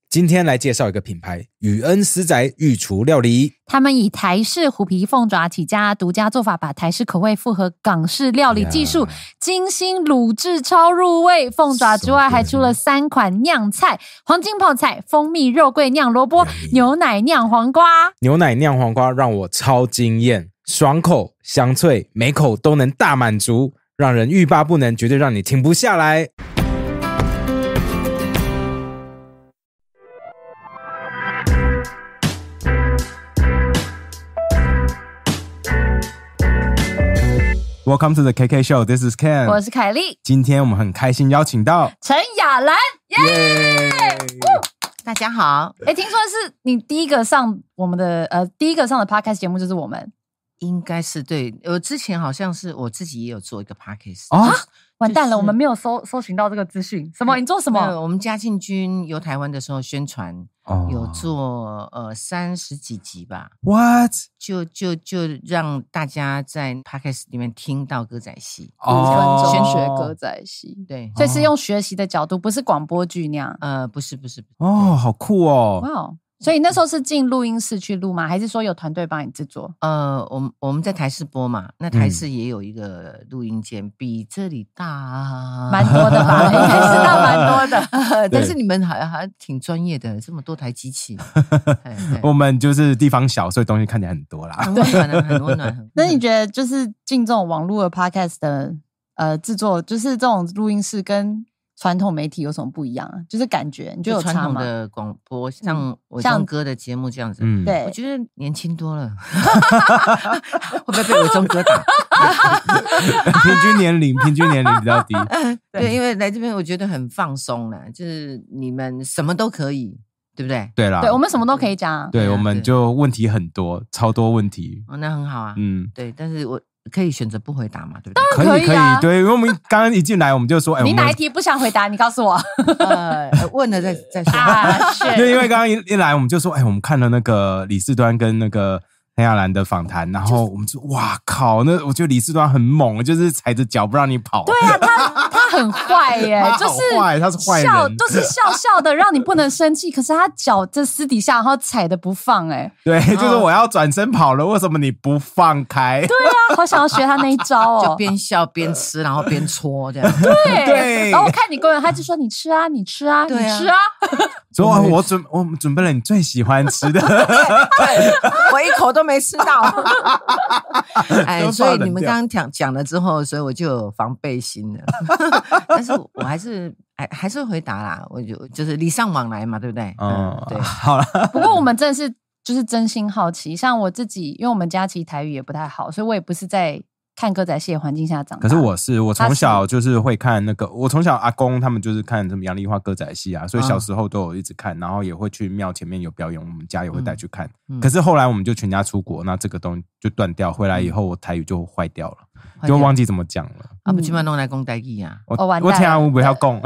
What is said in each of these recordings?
今天来介绍一个品牌宇恩私宅御厨料理。 他们以台式虎皮凤爪起家，独家做法把台式口味复合港式料理技术，精心卤制超入味。凤爪之外还出了3款酿菜：黄金泡菜、蜂蜜肉桂酿萝卜、牛奶酿黄瓜。 牛奶酿黄瓜让我超惊艳，爽口香脆，每口都能大满足，让人欲罢不能，绝对让你停不下来。Welcome to the KK Show. This is Ken. 我是凯莉。 今天我们很开心邀请到陈雅兰，耶！ 大家好。 听说是你第一个上我们的第一个上的 podcast 节目就是我们， 应该是对。我之前好像是我自己也有做一个 podcast 哦。 完蛋了，我们没有搜寻到这个资讯。什么？你做什么？ 我们嘉靖君游台湾的时候宣传，有做30几集吧。 What？ 就让大家在 podcast 里面听到歌仔戏 ，5分钟先学歌仔戏。 对， 所以是用学习的角度，不是广播剧那样。 不是。 哦，好酷哦！ 哇哦！所以那时候是进录音室去录吗？还是说有团队帮你制作？ 我们在台视播嘛，那台视也有一个录音间，比这里大蛮多的吧？应该是大蛮多的。 但是你们还挺专业的，这么多台机器。 我们就是地方小，所以东西看起来很多啦。 很温暖啊，很温暖。 那你觉得就是进这种网络的 podcast 的制作，就是这种录音室跟传统媒体有什么不一样啊？就是感觉你觉得有差吗？ 传统的广播像伟忠哥的节目这样子， 对， 我觉得年轻多了。会不会被伟忠哥打？ 平均年龄比较低。 对，因为来这边我觉得很放松啦，就是你们什么都可以，对不对？ 对啦， 对，我们什么都可以讲啊。 对，我们就问题很多，超多问题。 那很好啊。对，但是我可以选择不回答嘛，对不对？ 当然可以啊。 对，因为我们刚刚一进来，我们就说， 你哪一题不想回答？你告诉我。 问了再说。 因为刚刚一来，我们就说，我们看了那个李四端跟那个陈雅兰的访谈，然后我们说，哇靠，那我觉得李四端很猛，就是踩着脚不让你跑。 对啊，他很坏耶，就是他是坏人， 就是笑的让你不能生气，可是他脚在私底下然后踩的不放哎。 对，就是我要转身跑了，为什么你不放开？ 对啊，好想要学他那一招哦， 就边笑边吃，然后边戳这样。 对。然后我看你公园，他就说你吃啊，你吃啊，你吃啊。 所以我们准备了你最喜欢吃的。 我一口都没吃到。所以你们刚刚讲了之后，所以我就有防备心了。但是我还是会回答啦，我就是礼尚往来嘛，对不对？对， 好了。 不过我们真的是就是真心好奇，像我自己，因为我们家其实台语也不太好，所以我也不是在看歌仔戏的环境下长大。 可是我从小就是会看那个，我从小阿公他们就是看什么杨丽花歌仔戏啊，所以小时候都有一直看，然后也会去庙前面有表演，我们家也会带去看。可是后来我们就全家出国，那这个东西就断掉，回来以后我台语就坏掉了。就忘记怎么讲了。 不起码弄来讲台语啊。 我听我不要讲。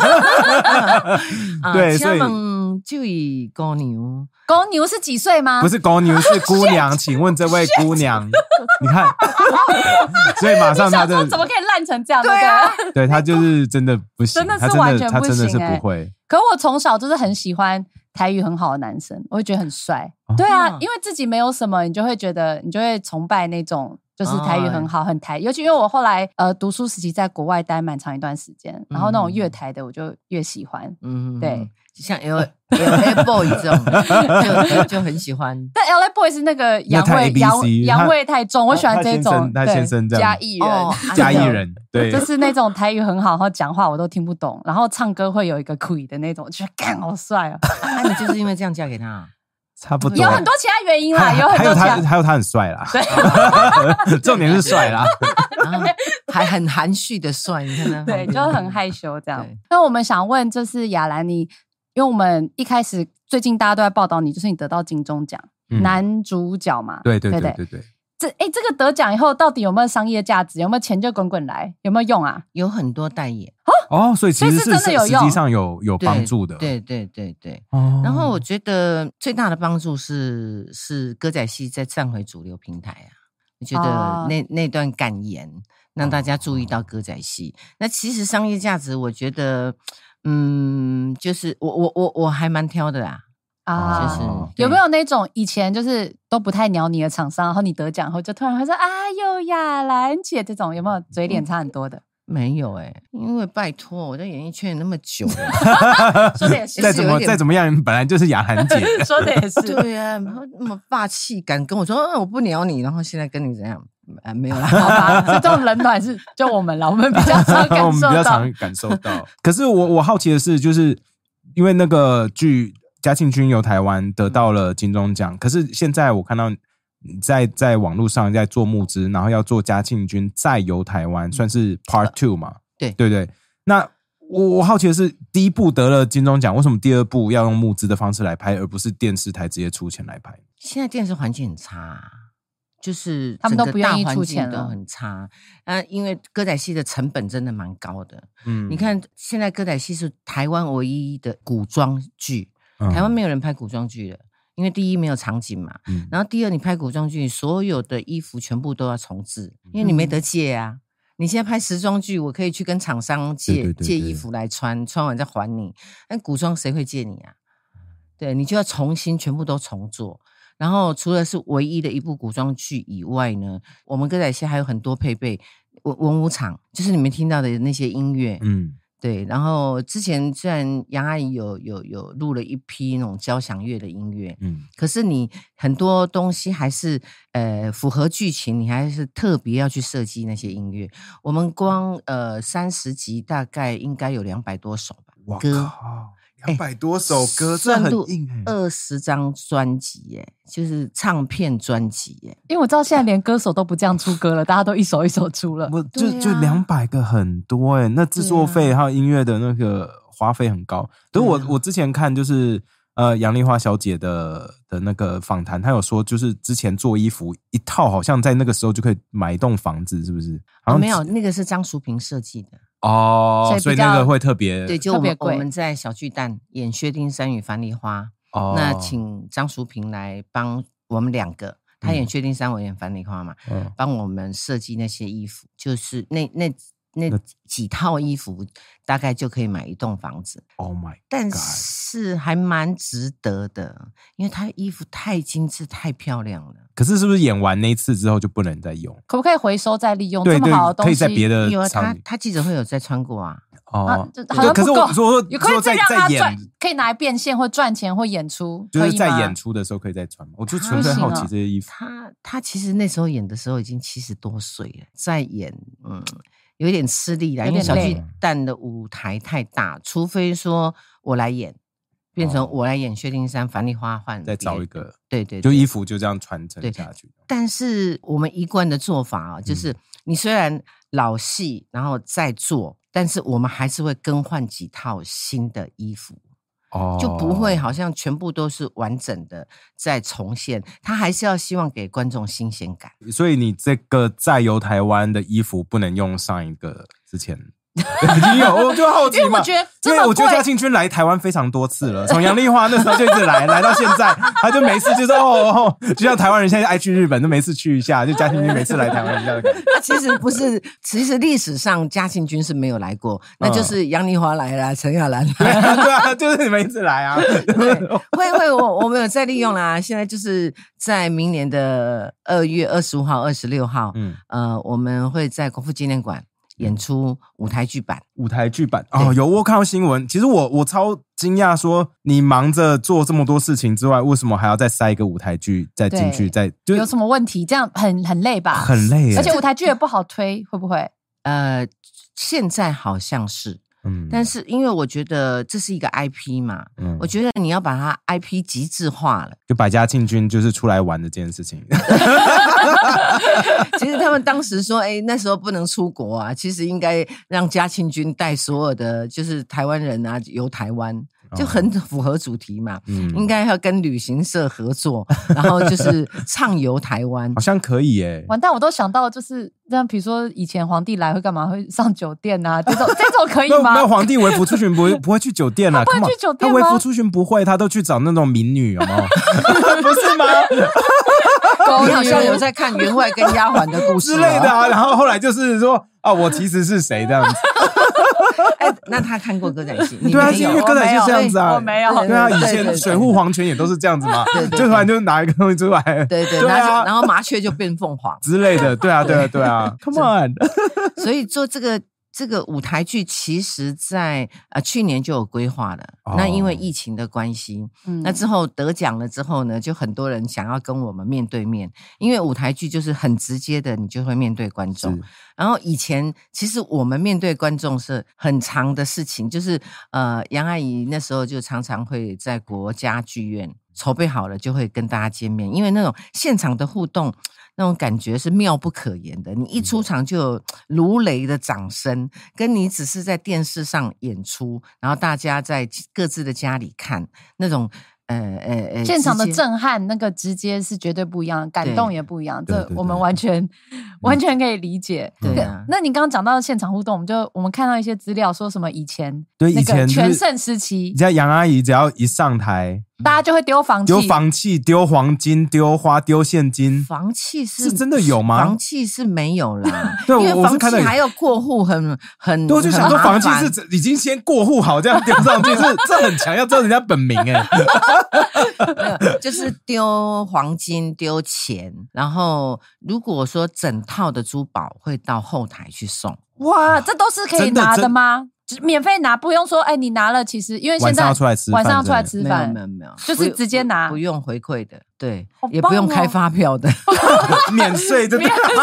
对，所以就以公牛。 公牛是几岁吗？ 不是公牛，是姑娘。请问这位姑娘，你看，所以马上他就怎么可以烂成这样？ 对啊， 对他就是真的不行， 真的是完全不行， 他真的是不会。 可我从小就是很喜欢台语很好的男生，我会觉得很帅。对啊，因为自己没有什么，你就会觉得你就会崇拜那种。就是台语很好，很台，尤其因为我后来读书时期在国外待蛮长一段时间，然后那种粤台的我就越喜欢。对， 像 LA Boy 这种就很喜欢。 但 LA Boy 是那个洋味太重，我喜欢这种。 他先生这样嘉义人，对， 就是那种台语很好，然后讲话我都听不懂，然后唱歌会有一个 key 的那种，我觉得干好帅啊！ 你就是因为这样嫁给他？ 差不多， 有很多其他原因啦，有很多还有他很帅啦，对，重点是帅啦， 还很含蓄的帅，你看他， 对，就很害羞这样。那我们想问，就是雅兰你，因为我们一开始最近大家都在报道你，就是你得到金钟奖男主角嘛， 对。 这个得奖以后到底有没有商业价值？有没有钱就滚滚来？有没有用啊？ 有很多代言所以其实是实际上有帮助的。 对。然后我觉得最大的帮助是歌仔戏在站回主流平台啊。我觉得那段感言让大家注意到歌仔戏。那其实商业价值，我觉得就是我还蛮挑的啦。就是有没有那种以前就是都不太鸟你的厂商，然后你得奖后就突然会说雅兰姐这种，有没有嘴脸差很多的？ 没有因为拜托我在演艺圈那么久了， 说的也是， 再怎么样，本来就是雅兰姐， 说的也是， 对啊，那么霸气，敢跟我说我不鸟你，然后现在跟你怎样？没有啦， 好吧，所以这种冷暖是就我们啦，我们比较常感受到， 我们比较常感受到。可是我好奇的是，就是因为那个剧。嘉庆君游台湾得到了金钟奖，可是现在我看到在网络上在做募资，然后要做嘉庆君再游台湾，算是 Part 2 嘛？对。那我好奇的是，第一部得了金钟奖，为什么第二部要用募资的方式来拍，而不是电视台直接出钱来拍？ 现在电视环境很差，就是他们都不愿意出钱了， 都很差。因为歌仔戏的成本真的蛮高的。你看现在歌仔戏是台湾唯一的古装剧。台湾没有人拍古装剧了，因为第一没有场景嘛，然后第二你拍古装剧，所有的衣服全部都要重制，因为你没得借啊。你现在拍时装剧，我可以去跟厂商借衣服来穿，穿完再还你。但古装谁会借你啊？对，你就要重新全部都重做。然后除了是唯一的一部古装剧以外呢，我们歌仔戏还有很多配备，文武场就是你们听到的那些音乐，对，然后之前虽然杨阿姨有录了一批那种交响乐的音乐，可是你很多东西还是符合剧情，你还是特别要去设计那些音乐。我们光30集大概应该有200多首吧，歌。 200多首歌，这很硬 20张专辑耶，就是唱片专辑耶。 因为我知道现在连歌手都不这样出歌了，大家都一首一首出了。 就200个很多那制作费还有音乐的那个花费很高。可是我之前看就是杨丽花小姐的那个访谈，她有说就是之前做衣服一套好像在那个时候就可以买一栋房子，是不是？ 没有，那个是张淑平设计的。 所以那个会特别对，就我们在小巨蛋演薛丁山与樊梨花，那请张淑平来帮我们2个，他演薛丁山，我演樊梨花嘛，帮我们设计那些衣服，就是那几套衣服大概就可以买一栋房子。 Oh my God， 但是还蛮值得的，因为他衣服太精致太漂亮了。 可是是不是演完那一次之后就不能再用？ 可不可以回收再利用？这么好的东西可以在别的有他记者会有在穿过啊。 可是我说可以再让他赚，可以拿来变现或赚钱或演出， 就是在演出的时候可以再穿吗？我就纯粹好奇这些衣服。 他其实那时候演的时候已经70多岁了，在演有一点吃力啦，因为小巨蛋的舞台太大，除非说我来演，变成我来演薛丁山、樊梨花换， 再找一个， 对， 就衣服就这样传承下去。 但是我们一贯的做法就是你虽然老戏，然后再做，但是我们还是会更换几套新的衣服。就不会好像全部都是完整的再重现，他还是要希望给观众新鲜感。 所以你这个再游台湾的衣服不能用上一个之前已经有，我就好奇嘛， 因为我觉得嘉庆君来台湾非常多次了，从杨丽花那时候就一直来到现在，他就每次就说就像台湾人现在爱去日本，就每次去一下，就嘉庆君每次来台湾一下的感觉。 其实不是，其实历史上嘉庆君是没有来过，那就是杨丽花来了，陈雅兰来了， 对啊，就是你们一直来啊。 会，我们有在利用啦。现在就是在明年的2月25号、26号，我们会在国父纪念馆演出舞台剧版有我看到新闻。其实我超惊讶，说你忙着做这么多事情之外，为什么还要再塞一个舞台剧再进去？就有什么问题？这样很累吧？ 很累， 而且舞台剧也不好推，会不会？ 现在好像是。但是因为我觉得这是一个 IP 嘛，我觉得你要把它 IP 极致化了， 就把嘉庆君就是出来玩的这件事情。 其实他们当时说那时候不能出国啊，其实应该让嘉庆君带所有的就是台湾人啊游台湾，就很符合主题嘛，应该要跟旅行社合作，然后就是畅游台湾。 好像可以耶。 完蛋，我都想到就是像比如说以前皇帝来会干嘛？会上酒店啊，这种可以吗？ 那皇帝微服出巡不会去酒店啊？ 不会去酒店吗？ 他微服出巡不会，他都去找那种民女，有没有？不是吗？ 你好像有在看员外跟丫鬟的故事之类的啊。然后后来就是说我其实是谁这样子。 那他看过歌仔戏？ 对啊，因为歌仔戏这样子啊， 我没有。 对啊，以前水户黄泉也都是这样子嘛，就突然就拿一个东西出来， 对，然后麻雀就变凤凰之类的，对啊，Come on， 所以做这个舞台剧，其实在去年就有规划了。那因为疫情的关系，那之后得奖了之后呢，就很多人想要跟我们面对面，因为舞台剧就是很直接的，你就会面对观众。然后以前其实我们面对观众是很长的事情，就是杨阿姨那时候就常常会在国家剧院筹备好了，就会跟大家见面，因为那种现场的互动。那种感觉是妙不可言的，你一出场就有如雷的掌声，跟你只是在电视上演出，然后大家在各自的家里看那种现场的震撼，那个直接是绝对不一样，感动也不一样，这我们完全可以理解。 对啊， 那你刚刚讲到现场互动，我们看到一些资料说什么以前以前全盛时期， 你知道杨阿姨只要一上台。 大家就会丢房契、丢黄金、丢花、丢现金。 房契是真的有吗？ 房契是没有啦， 对， 因为房契我是看到还要过户，很。 对，我就想说房契是已经先过户好，这样丢上去，这很强，要知道人家本名哎。 就是丢黄金、丢钱，然后如果说整套的珠宝会到后台去送。 哇，这都是可以拿的吗？免费拿，不用说，你拿了，其实因为现在晚上要出来吃饭， 没有， 就是直接拿， 不用回馈的，对， 也不用开发票的， 免税的，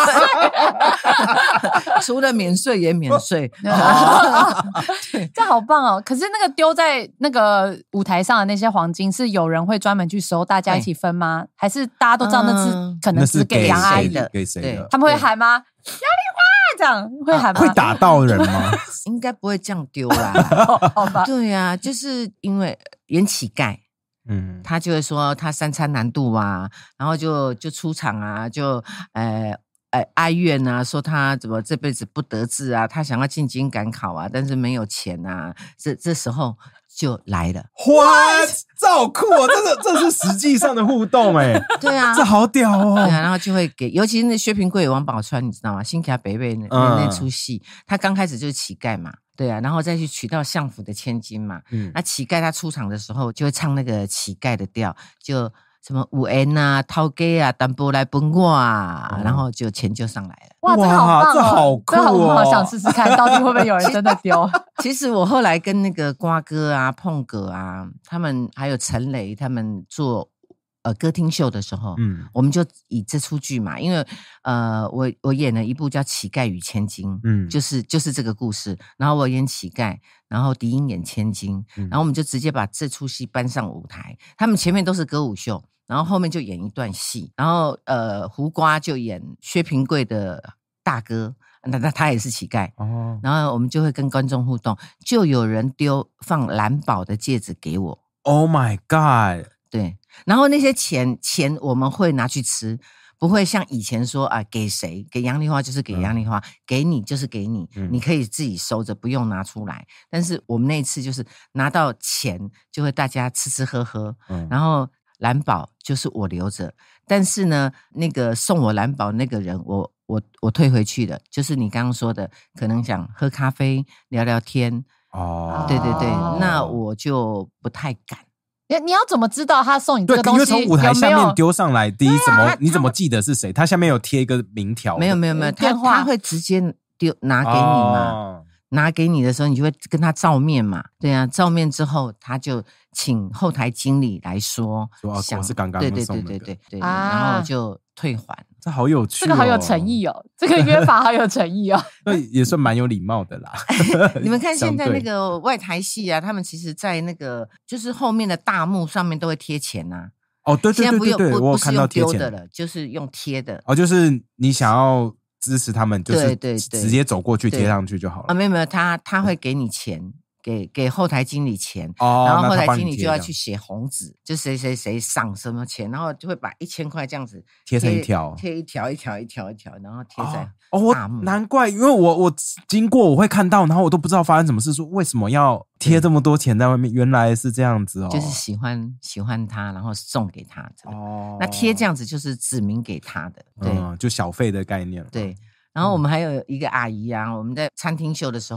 除了免税也免税， 这好棒哦！可是那个丢在那个舞台上的那些黄金，是有人会专门去收，大家一起分吗？还是大家都知道那是可能是给杨阿姨的？ 给谁的？ 他们会喊吗？杨丽花这样会喊吗？ 会打到人吗？ 应该不会这样丢啦。 好吧， 对啊，就是因为演乞丐，他就会说他三餐难度啊，然后就出场啊，就哀怨啊，说他怎么这辈子不得志啊，他想要进京赶考啊，但是没有钱啊，这时候就来了。 What？ 这好酷哦！这是实际上的互动哎。 对啊， 这好屌哦。 对啊，然后就会给，尤其是那薛平贵、王宝钏，你知道吗？新卡北北那出戏，他刚开始就是乞丐嘛。对啊，然后再去娶到相府的千金嘛。那乞丐他出场的时候就会唱那个乞丐的调，就什么有缘啊、掏给啊、淡薄来分我啊，然后就钱就上来了。 哇，这好棒哦！ 这好酷哦！ 我好想试试看，到底会不会有人真的丢？ 其实我后来跟那个瓜哥啊、碰哥啊，他们还有陈雷他们做歌厅秀的时候，我们就以这出剧嘛，因为我演了一部叫《乞丐与千金》，就是这个故事，然后我演乞丐，然后狄英演千金，然后我们就直接把这出戏搬上舞台，他们前面都是歌舞秀，然后后面就演一段戏，然后胡瓜就演薛平贵的大哥。那他也是乞丐哦，然后我们就会跟观众互动，就有人放蓝宝的戒指给我。 Oh my god！ 对，然后那些钱我们会拿去吃，不会像以前说啊，给谁给杨丽花就是给杨丽花，给你就是给你，你可以自己收着，不用拿出来。但是我们那一次就是拿到钱，就会大家吃吃喝喝，然后蓝宝就是我留着，但是呢，那个送我蓝宝那个人，我退回去了，就是你刚刚说的，可能想喝咖啡聊聊天哦，对对对，那我就不太敢。 你要怎么知道他送你这个东西？ 因为从舞台下面丢上来，第一你怎么记得是谁？他下面有贴一个名条， 没有，他会直接拿给你嘛。拿给你的时候，你就会跟他照面嘛，对啊，照面之后，他就请后台经理来说我是刚刚送的， 对，然后就退还。 这好有趣， 这个好有诚意哦，这个约法好有诚意哦， 对，也算蛮有礼貌的啦。 你们看现在那个外台戏啊，他们其实在那个就是后面的大幕上面都会贴钱呐。 哦，对， 现在我有看到贴钱的了，就是用贴的。 哦，就是你想要支持他们，就是直接走过去贴上去就好了。 没有，他会给你钱，给后台经理钱，然后后台经理就要去写红纸，就谁赏什么钱，然后就会把1000块这样子贴成一条， 贴一条，然后贴在大幕。 难怪，因为我经过我会看到，然后我都不知道发生什么事，说为什么要贴这么多钱在外面？原来是这样子哦， 就是喜欢他，然后送给他。哦，那贴这样子就是指明给他的，对， 就小费的概念。 对。然后我们还有一个阿姨啊，我们在餐厅秀的时候，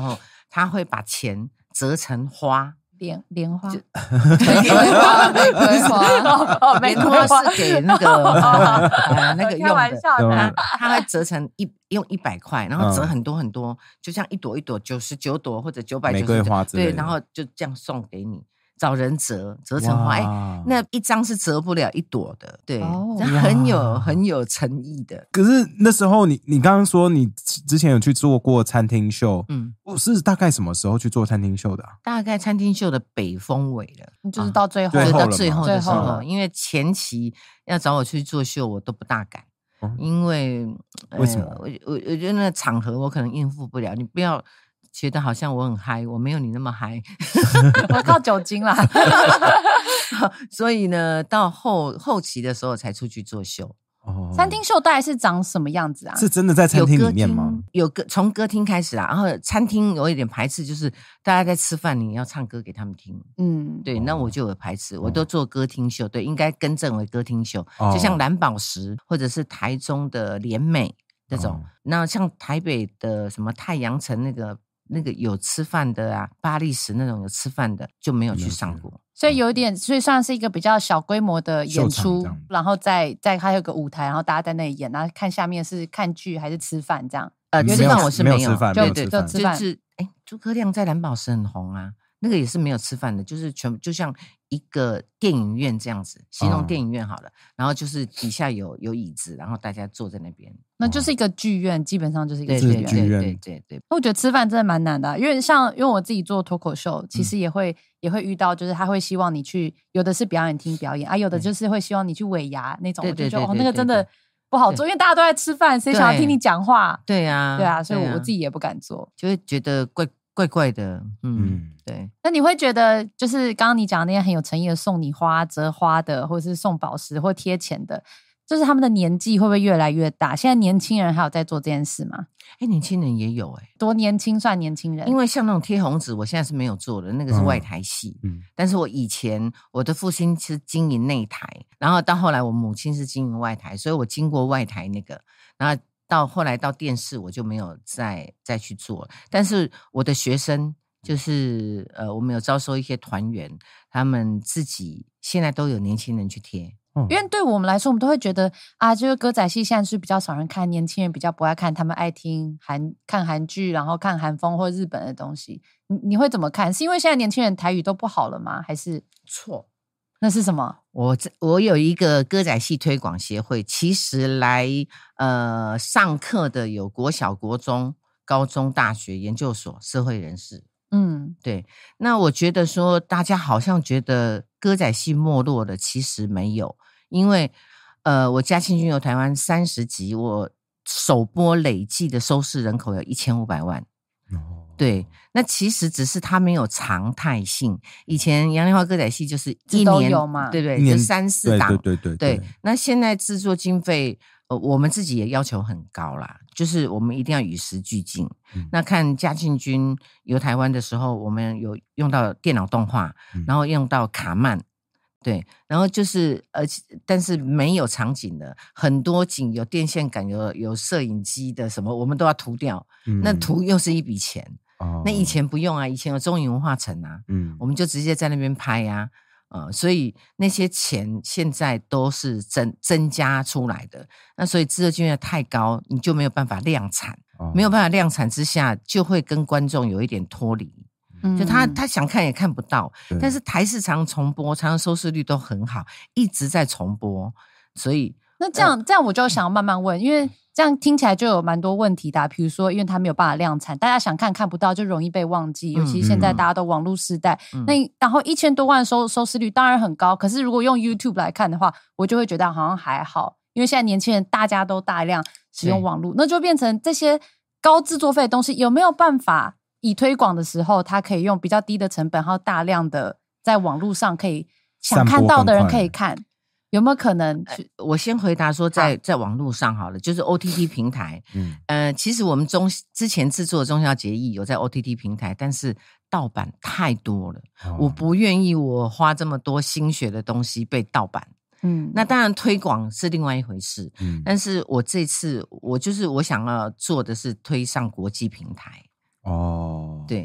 他会把钱折成花。 莲花， 玫瑰花，玫瑰花是给那个那个用的，它会折成用100块，然后折很多很多，就像一朵一朵99朵或者999 玫瑰花之类的， 对，然后就这样送给你。找人折成花，那一张是折不了1朵的，对，很有诚意的。 可是那时候你刚刚说你之前有去做过餐厅秀，是大概什么时候去做餐厅秀的啊？ 大概餐厅秀的北风尾了， 就是到最后， 到最后的时候，因为前期要找我去做秀，我都不大敢，因为什么？ 我觉得那个场合我可能应付不了，你不要觉得好像我很嗨，我没有你那么嗨， 我靠酒精啦。 所以呢，到后期的时候才出去做秀。 餐厅秀大概是长什么样子啊？ 是真的在餐厅里面吗？ 从歌厅开始啦，然后餐厅有一点排斥，就是大家在吃饭，你要唱歌给他们听。对，那我就有排斥，我都做歌厅秀，对，应该更正为歌厅秀，就像蓝宝石或者是台中的联美这种。那像台北的什么太阳城那个有吃饭的啊，巴黎石那种有吃饭的就没有去上过， 所以算是一个比较小规模的演出，然后再还有个舞台，然后大家在那里演，然后看下面是看剧还是吃饭这样。 吃饭我是没有吃饭， 就吃饭。诸葛亮在蓝宝石很红啊，那个也是没有吃饭的，就是全部就像一个电影院这样子，形容电影院好了，然后就是底下有椅子，然后大家坐在那边。 那就是一个剧院，基本上就是一个剧院。对。 我觉得吃饭真的蛮难的，因为我自己做脱口秀，其实也会遇到，就是他会希望你去，有的是表演厅表演啊，有的就是会希望你去尾牙那种，我就觉得那个真的不好做，因为大家都在吃饭，谁想要听你讲话？ 对啊， 所以我自己也不敢做， 就会觉得怪怪的。对。 那你会觉得，就是刚刚你讲的那些很有诚意的送你花、折花的，或者是送宝石或贴钱的，就是他们的年纪会不会越来越大？现在年轻人还有在做这件事吗？ 年轻人也有多年轻算年轻人？ 因为像那种贴红纸，我现在是没有做的，那个是外台戏。但是我以前我的父亲是经营内台，然后到后来我母亲是经营外台，所以我经过外台那个，然后到后来到电视我就没有再去做。但是我的学生就是我们有招收一些团员，他们自己现在都有年轻人去贴。 因为对我们来说，我们都会觉得啊，就是歌仔戏现在是比较少人看，年轻人比较不爱看，他们爱听看韩剧，然后看韩风或日本的东西。你会怎么看？是因为现在年轻人台语都不好了吗？还是错？ 那是什么？ 我有一个歌仔戏推广协会，其实来上课的有国小、国中、高中、大学、研究所、社会人士。对。那我觉得说，大家好像觉得歌仔戏没落了，其实没有。因为我嘉庆君游台湾30集，我首播累计的收视人口有1500万。对，那其实只是它没有常态性。以前杨丽花歌仔戏就是一年有嘛，对不对？就3、4档。对。那现在制作经费，我们自己也要求很高啦，就是我们一定要与时俱进。那看嘉庆君游台湾的时候，我们有用到电脑动画，然后用到卡漫。对，然后就是但是没有场景的，很多景有电线杆，有摄影机的什么，我们都要涂掉。那涂又是一笔钱。那以前不用啊，以前有中影文化城啊，我们就直接在那边拍啊。所以那些钱现在都是增加出来的。那所以制作经费太高，你就没有办法量产，没有办法量产之下，就会跟观众有一点脱离。就他想看也看不到，但是台视常重播，常常收视率都很好，一直在重播。所以那这样我就想要慢慢问，因为这样听起来就有蛮多问题的。比如说因为他没有办法量产，大家想看不到，就容易被忘记，尤其现在大家都网络时代。那然后1000多万收视率当然很高，可是如果用 YouTube 来看的话，我就会觉得好像还好，因为现在年轻人大家都大量使用网络，那就变成这些高制作费的东西有没有办法以推广的时候，它可以用比较低的成本，然后大量的在网络上可以想看到的人可以看，有没有可能？ 我先回答说在网络上好了，就是 OTT 平台。其实我们之前制作的中孝节义有在 OTT 平台，但是盗版太多了，我不愿意我花这么多心血的东西被盗版。那当然推广是另外一回事。但是我这次我想要做的是推上国际平台。对，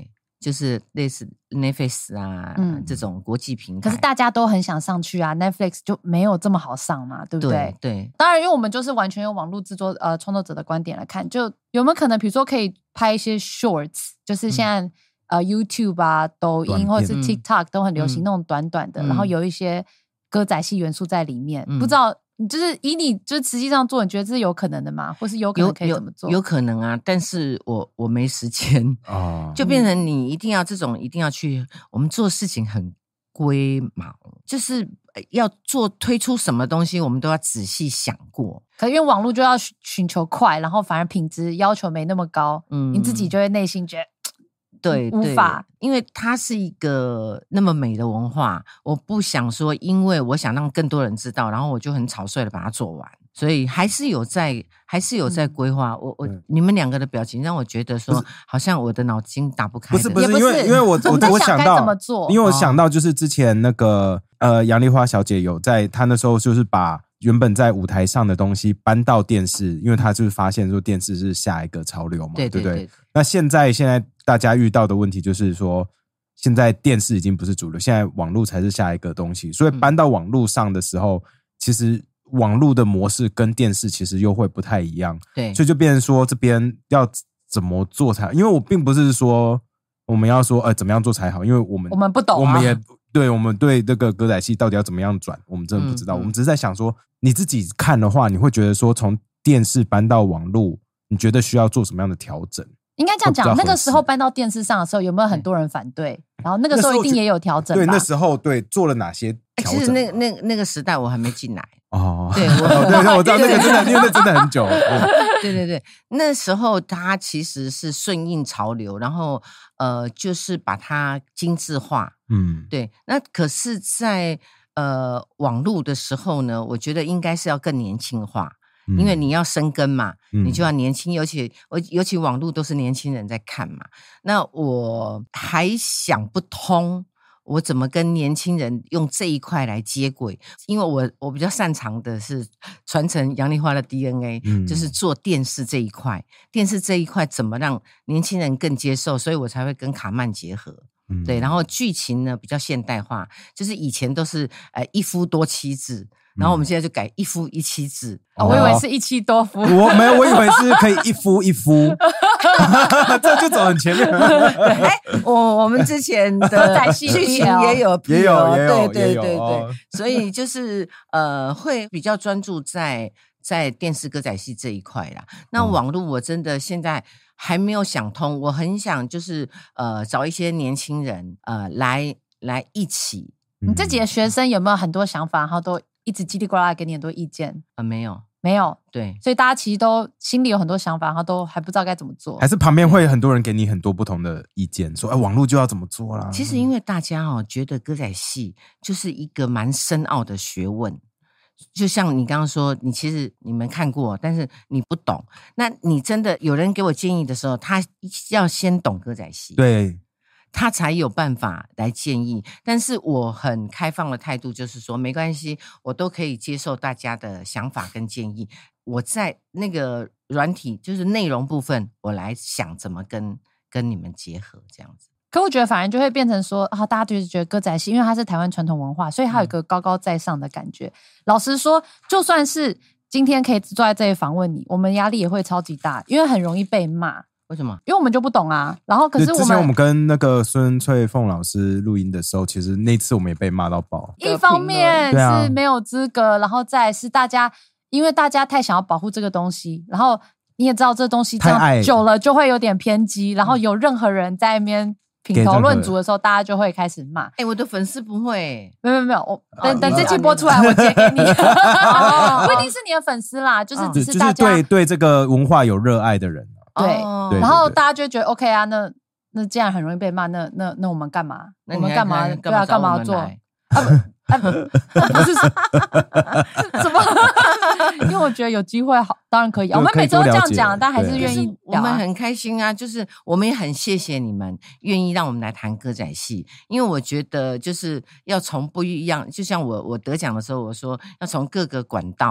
就是类似 Netflix 啊、这种国际平台。 可是大家都很想上去啊 ，Netflix 就没有这么好上嘛，对不对？ 对， 当然，因为我们就是完全用网络制作创作者的观点来看，就有没有可能，比如说可以拍一些 shorts， 就是现在YouTube 啊、抖音或者是 TikTok 都很流行那种短短的，然后有一些歌仔戏元素在里面，不知道。就是以你就是实际上做，你觉得这是有可能的吗？或是有可能可以怎么做？ 有可能啊，但是我没时间就变成你一定要这种，一定要去。我们做事情很龟毛，就是要推出什么东西，我们都要仔细想过。 可因为网络就要寻求快，然后反而品质要求没那么高，你自己就会内心觉得。 对， 无法， 因为它是一个那么美的文化，我不想说，因为我想让更多人知道，然后我就很草率的把它做完，所以还是有在规划。你们两个的表情让我觉得说，好像我的脑筋打不开。 不是，因为我想到怎么做， 因为我想到就是之前那个杨丽花小姐有在她那时候就是把原本在舞台上的东西搬到电视，因为她就是发现说电视是下一个潮流嘛，对不对？那现在大家遇到的问题就是说，现在电视已经不是主流，现在网络才是下一个东西，所以搬到网络上的时候，其实网络的模式跟电视其实又会不太一样， 对， 所以就变成说这边要怎么做才好？因为我并不是说我们要说怎么样做才好，因为我们不懂， 我们也对我们对这个歌仔戏到底要怎么样转，我们真的不知道。我们只是在想说，你自己看的话，你会觉得说从电视搬到网络，你觉得需要做什么样的调整？ 应该这样讲，那个时候搬到电视上的时候，有没有很多人反对？然后那个时候一定也有调整吧。 对，那时候做了哪些调整？ 其实那个时代我还没进来哦。 对， 我知道那个真的，因为那真的很久。 对，那时候它其实是顺应潮流，然后就是把它精致化。对。那可是在网络的时候呢，我觉得应该是要更年轻化。因为你要生根嘛，你就要年轻，尤其网络都是年轻人在看嘛。那我还想不通，我怎么跟年轻人用这一块来接轨？因为我比较擅长的是传承杨丽花的 DNA，就是做电视这一块。电视这一块怎么让年轻人更接受？所以我才会跟卡曼结合。对，然后剧情呢比较现代化，就是以前都是一夫多妻制。然后我们现在就改一夫一妻制。 我以为是一妻多夫。 我以为是可以一夫一夫。这就走很前面。 我们之前的剧情也有，对，所以就是会比较专注在电视歌仔戏这一块啦。那网络我真的现在还没有想通，我很想就是找一些年轻人来一起。 你自己的学生有没有很多想法，然后都一直叽里呱啦给你很多意见？ 没有，对， 所以大家其实都心里有很多想法，然后都还不知道该怎么做。 还是旁边会很多人给你很多不同的意见，说网络就要怎么做啦。 其实因为大家觉得歌仔戏就是一个蛮深奥的学问，就像你刚刚说，其实你们看过，但是你不懂。那你真的有人给我建议的时候，他要先懂歌仔戏。 对。 他才有办法来建议，但是我很开放的态度，就是说没关系，我都可以接受大家的想法跟建议。我在那个软体，就是内容部分，我来想怎么跟你们结合这样子。 可我觉得反而就会变成说大家就是觉得歌仔戏，因为它是台湾传统文化，所以它有一个高高在上的感觉。老实说，就算是今天可以坐在这里访问你，我们压力也会超级大，因为很容易被骂。 为什么？ 因为我们就不懂啊。然后可是之前我们跟那个孙翠凤老师录音的时候，其实那次我们也被骂到爆。 一方面是没有资格，然后再来是大家，因为大家太想要保护这个东西，然后你也知道这东西这样久了就会有点偏激，然后有任何人在那边品头论足的时候，大家就会开始骂。 我的粉丝不会， 没有，等这期播出来，我截给你。不一定是你的粉丝啦，就是只是大家就是对这个文化有热爱的人。 对，然后大家就觉得 OK 啊，那既然很容易被骂，那我们干嘛？我们干嘛？对啊，干嘛要做？不是什么？因为我觉得有机会好，当然可以。我们每周都这样讲，但还是愿意。 我们很开心啊，就是我们也很谢谢你们愿意让我们来谈歌仔戏，因为我觉得就是要从不一样，就像我得奖的时候，我说要从各个管道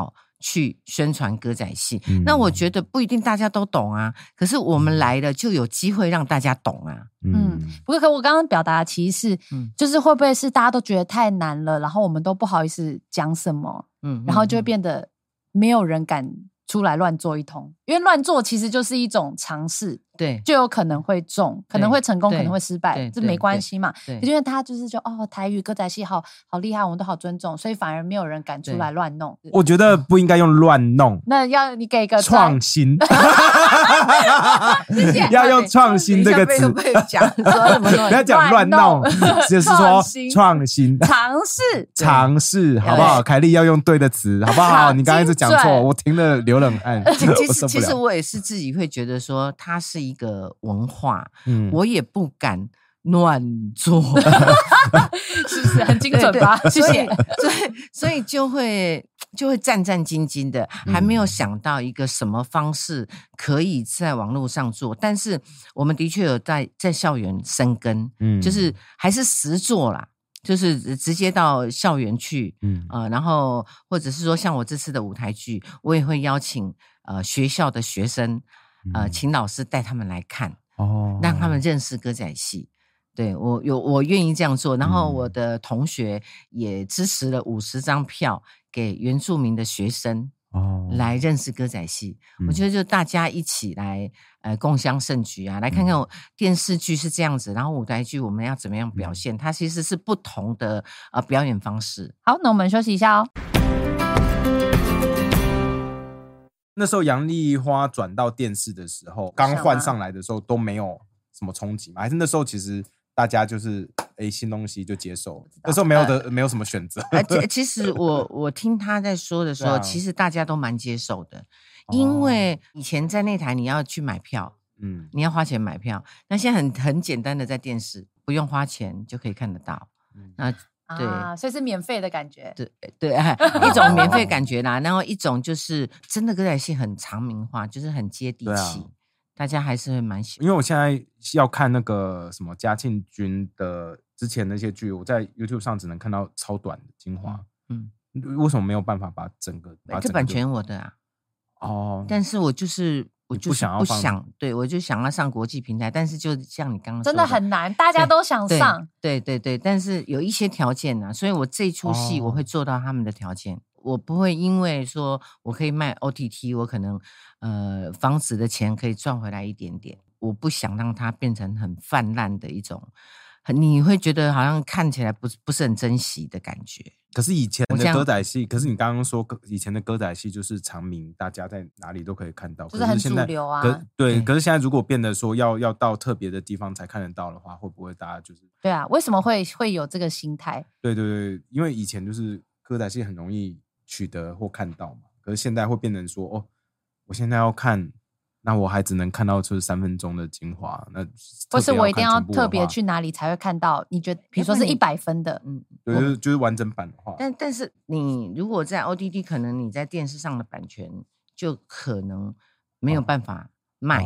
去宣传歌仔戏。那我觉得不一定大家都懂啊，可是我们来了就有机会让大家懂啊。 不过我刚刚表达的其实是，就是会不会是大家都觉得太难了，然后我们都不好意思讲什么，然后就会变得没有人敢出来乱做一通，因为乱做其实就是一种尝试， 对， 就有可能会中，可能会成功，可能会失败，这没关系嘛。因为他就是台语歌仔戏好厉害，我们都好尊重，所以反而没有人敢出来乱弄。 我觉得不应该用乱弄， 那要你给个创新， 谢谢， 要用创新这个词。 不要讲乱弄，就是说创新、尝试，好不好？凯莉要用对的词，好不好？你刚才一直讲错，我听了流冷汗。 其实我也是自己会觉得说，它是一个文化，我也不敢乱做， 是不是很精准吧？谢谢。 所以就会战战兢兢的，还没有想到一个什么方式可以在网络上做。但是我们的确有在校园生根，就是还是实做啦。就是直接到校园去，然后或者是说像我这次的舞台剧，我也会邀请学校的学生，请老师带他们来看，让他们认识歌仔戏。对，我愿意这样做，然后我的同学也支持了50张票给原住民的学生。来认识歌仔戏，我觉得就大家一起来共襄盛举啊，来看看电视剧是这样子，然后舞台剧我们要怎么样表现，它其实是不同的表演方式。 好，那我们休息一下哦。 那时候杨丽花转到电视的时候，刚换上来的时候都没有什么冲击嘛，还是那时候其实大家就是新东西就接受，那时候没有什么选择。 其实我听他在说的时候，其实大家都蛮接受的，因为以前在那台你要去买票，你要花钱买票，那现在很简单的在电视不用花钱就可以看得到，那对所以是免费的感觉， 对，一种免费感觉啦，然后一种就是真的歌仔戏很常民化，就是很接地气。大家还是会蛮喜欢， 因为我现在要看那个什么嘉庆君的之前那些剧，我在 YouTube 上只能看到超短的精华。为什么没有办法把整个？ 这版权我的啊。但是我就是不想，对，我就想要上国际平台，但是就像你刚刚说的， 真的很难，大家都想上。 对，但是有一些条件啊，所以我这出戏我会做到他们的条件。我不会因为说我可以卖 OTT， 我可能房子的钱可以赚回来一点点，我不想让它变成很泛滥的一种，你会觉得好像看起来不是很珍惜的感觉。 可是以前的歌仔戏，可是你刚刚说以前的歌仔戏就是常民，大家在哪里都可以看到， 就是很主流啊。 对，可是现在如果变得说要到特别的地方才看得到的话，会不会大家就是对啊？为什么会有这个心态？ 对，因为以前就是歌仔戏很容易取得或看到嘛，可是现在会变成说我现在要看，那我还只能看到就是3分钟的精华，那或是我一定要特别去哪里才会看到？你觉得，比如说是100分的， 对，就是完整版的话， 但是你如果在 OTT， 可能你在电视上的版权就可能没有办法卖。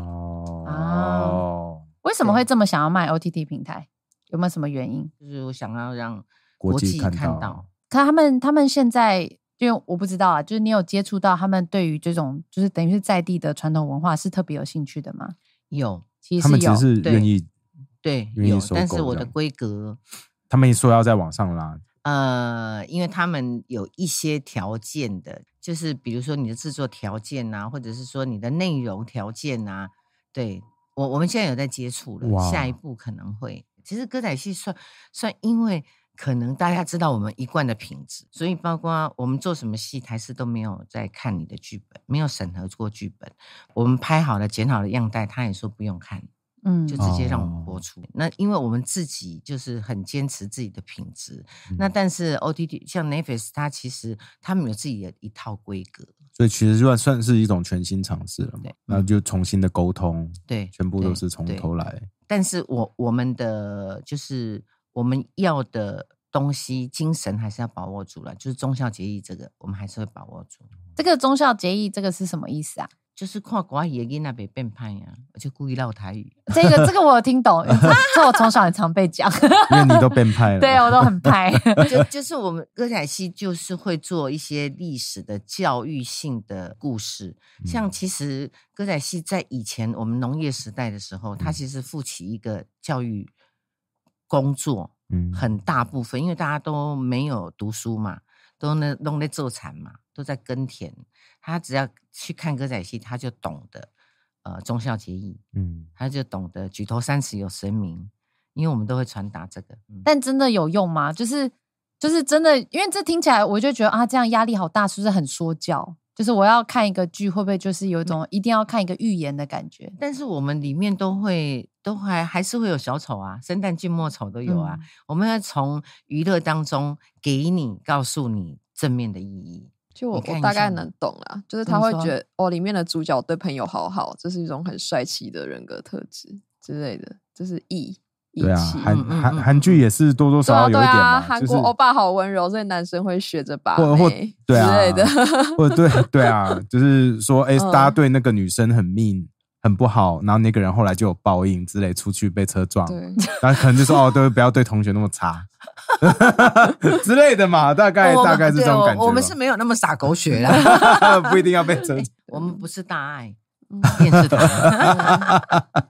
为什么会这么想要卖 OTT 平台？有没有什么原因？ 就是我想要让国际看到。 可他们现在。因为我不知道啊，就是你有接触到他们对于这种就是等于是在地的传统文化是特别有兴趣的吗？ 有， 其实他们只是愿意有，但是我的规格， 他们说要在网上拉， 因为他们有一些条件的，就是比如说你的制作条件啊，或者是说你的内容条件啊，对我们现在有在接触了，下一步可能会。其实歌仔戏算，因为。可能大家知道我们一贯的品质，所以包括我们做什么戏，台视都没有在看你的剧本，没有审核过剧本。我们拍好了、剪好了样带，他也说不用看，就直接让我们播出。那因为我们自己就是很坚持自己的品质。那但是 OTT 像 Netflix， 它其实他们有自己的一套规格， 所以其实算是一种全新尝试了嘛。然后就重新的沟通， 对， 全部都是从头来。 但是我们的就是我们要的东西精神还是要把握住了，就是忠孝节义这个我们还是会把握住。 这个忠孝节义这个是什么意思啊？ 就是看国语的囡仔别变派呀，我就故意唠台语。 这个我有听懂，这我从小很常被讲， 因为你都变派了。 对我都很派。 就是我们歌仔戏就是会做一些历史的教育性的故事，像其实歌仔戏在以前我们农业时代的时候，它其实负起一个教育工作，很大部分，因为大家都没有读书嘛，都弄在做产嘛，都在耕田，他只要去看歌仔戏，他就懂得忠孝节义，他就懂得举头三尺有神明，因为我们都会传达这个。 但真的有用吗？就是真的，因为这听起来我就觉得啊，这样压力好大，是不是很说教？就是我要看一个剧，会不会就是有一种一定要看一个寓言的感觉？ 但是我们里面还是会有小丑啊，生旦净末丑都有啊。我们要从娱乐当中告诉你正面的意义。 就我大概能懂啦，就是他会觉得里面的主角对朋友好好，这是一种很帅气的人格特质之类的，这是义对啊， 气。 韩剧也是多多少少有一点嘛， 韩国欧巴好温柔，所以男生会学着把妹之类的， 或者对啊，就是说大家对那个女生很mean很不好，然后那个人后来就有报应之类，出去被车撞，然后可能就说对，不要对同学那么差之类的嘛，大概是这种感觉。 我们是没有那么洒狗血啦， 不一定要被车。 我们不是大爱电视台。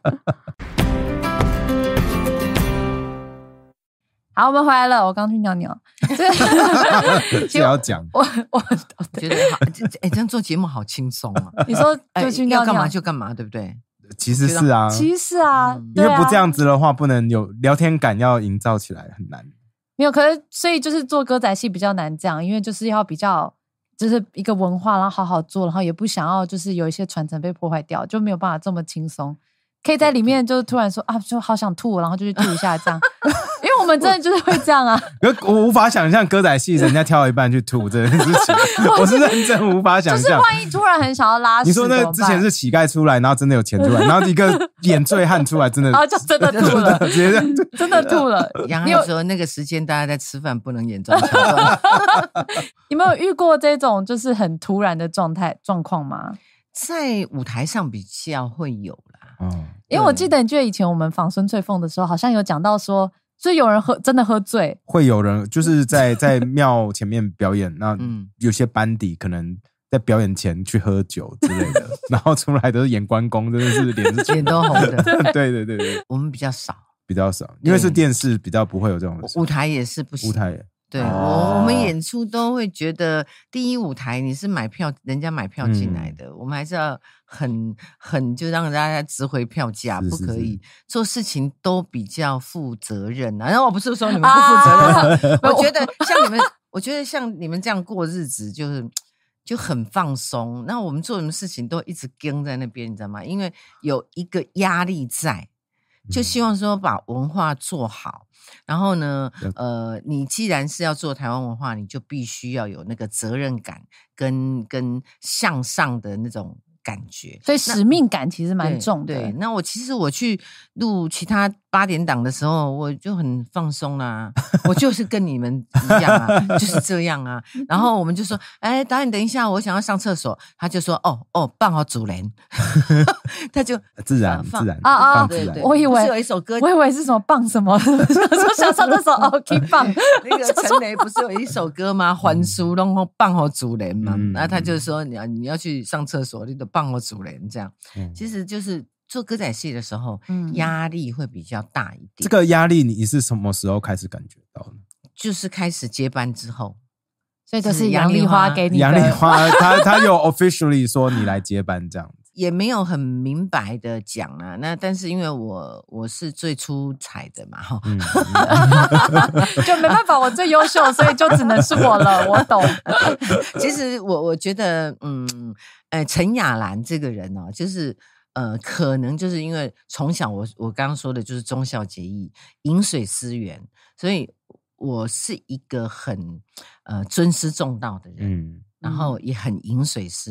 好，我们回来了。我刚去尿尿， 这要讲。 我觉得好，这样做节目好轻松啊！ 你说就去尿尿， 要干嘛就干嘛，对不对？ 其实是啊，因为不这样子的话，不能有聊天感，要营造起来很难。 没有，可是所以就是做歌仔戏比较难这样，因为就是要比较就是一个文化，然后好好做，然后也不想要就是有一些传承被破坏掉，就没有办法这么轻松。可以在里面就突然说就好想吐，然后就去吐一下这样，因为我们真的就是会这样啊。 我无法想象歌仔戏人家跳一半去吐这件事情，我是认真无法想象。 就是万一突然很想要拉屎， 你说那之前是乞丐出来，然后真的有钱出来，然后一个演醉汉出来，真的， 然后就真的吐了， 直接真的吐了。 杨汉说那个时间大家在吃饭，不能演这种桥段。 你们有遇过这种就是很突然的状况吗？ 在舞台上比较会有啦， 因为我记得以前我们访孙翠凤的时候，好像有讲到说，所以有人真的喝醉， 会有人就是在庙前面表演，那有些班底可能在表演前去喝酒之类的，然后出来都是演关公，真的是脸都红的。 对， 我们比较少， 因为是电视，比较不会有这种事。 舞台也是不行， 舞台也。 对，我们演出都会觉得第一舞台你是买票，人家买票进来的，我们还是要很就让大家值回票价，不可以做事情都比较负责任啊。然后我不是说你们不负责任，我觉得像你们这样过日子就很放松。那我们做什么事情都一直跟在那边，你知道吗？因为有一个压力在。就希望说把文化做好，然后呢，你既然是要做台湾文化，你就必须要有那个责任感跟向上的那种感觉， 所以使命感其实蛮重的。 对，那其实我去录其他8点档的时候，我就很放松啦，我就是跟你们一样啊，就是这样啊。然后我们就说，导演等一下，我想要上厕所。他就说，放好主人，他就自然啊， 对， 我以为有一首歌， 我以为是什么棒什么，说想上厕所可以放。 那个陈雷不是有一首歌吗？还书然后放好主人嘛，然后他就说你要去上厕所，你就放好主人这样。其实就是做歌仔戏的时候，压力会比较大一点。 这个压力你是什么时候开始感觉到的？ 就是开始接班之后， 所以就是杨丽花给你的。 杨丽花他有 officially 说你来接班这样子。 也没有很明白的讲啊，那但是因为我是最出彩的嘛， 就没办法，我最优秀，所以就只能是我了。我懂。 其实我觉得，陈雅兰这个人哦，就是可能就是因为从小我刚刚说的就是忠孝节义、饮水思源，所以我是一个很尊师重道的人，然后也很饮水思源。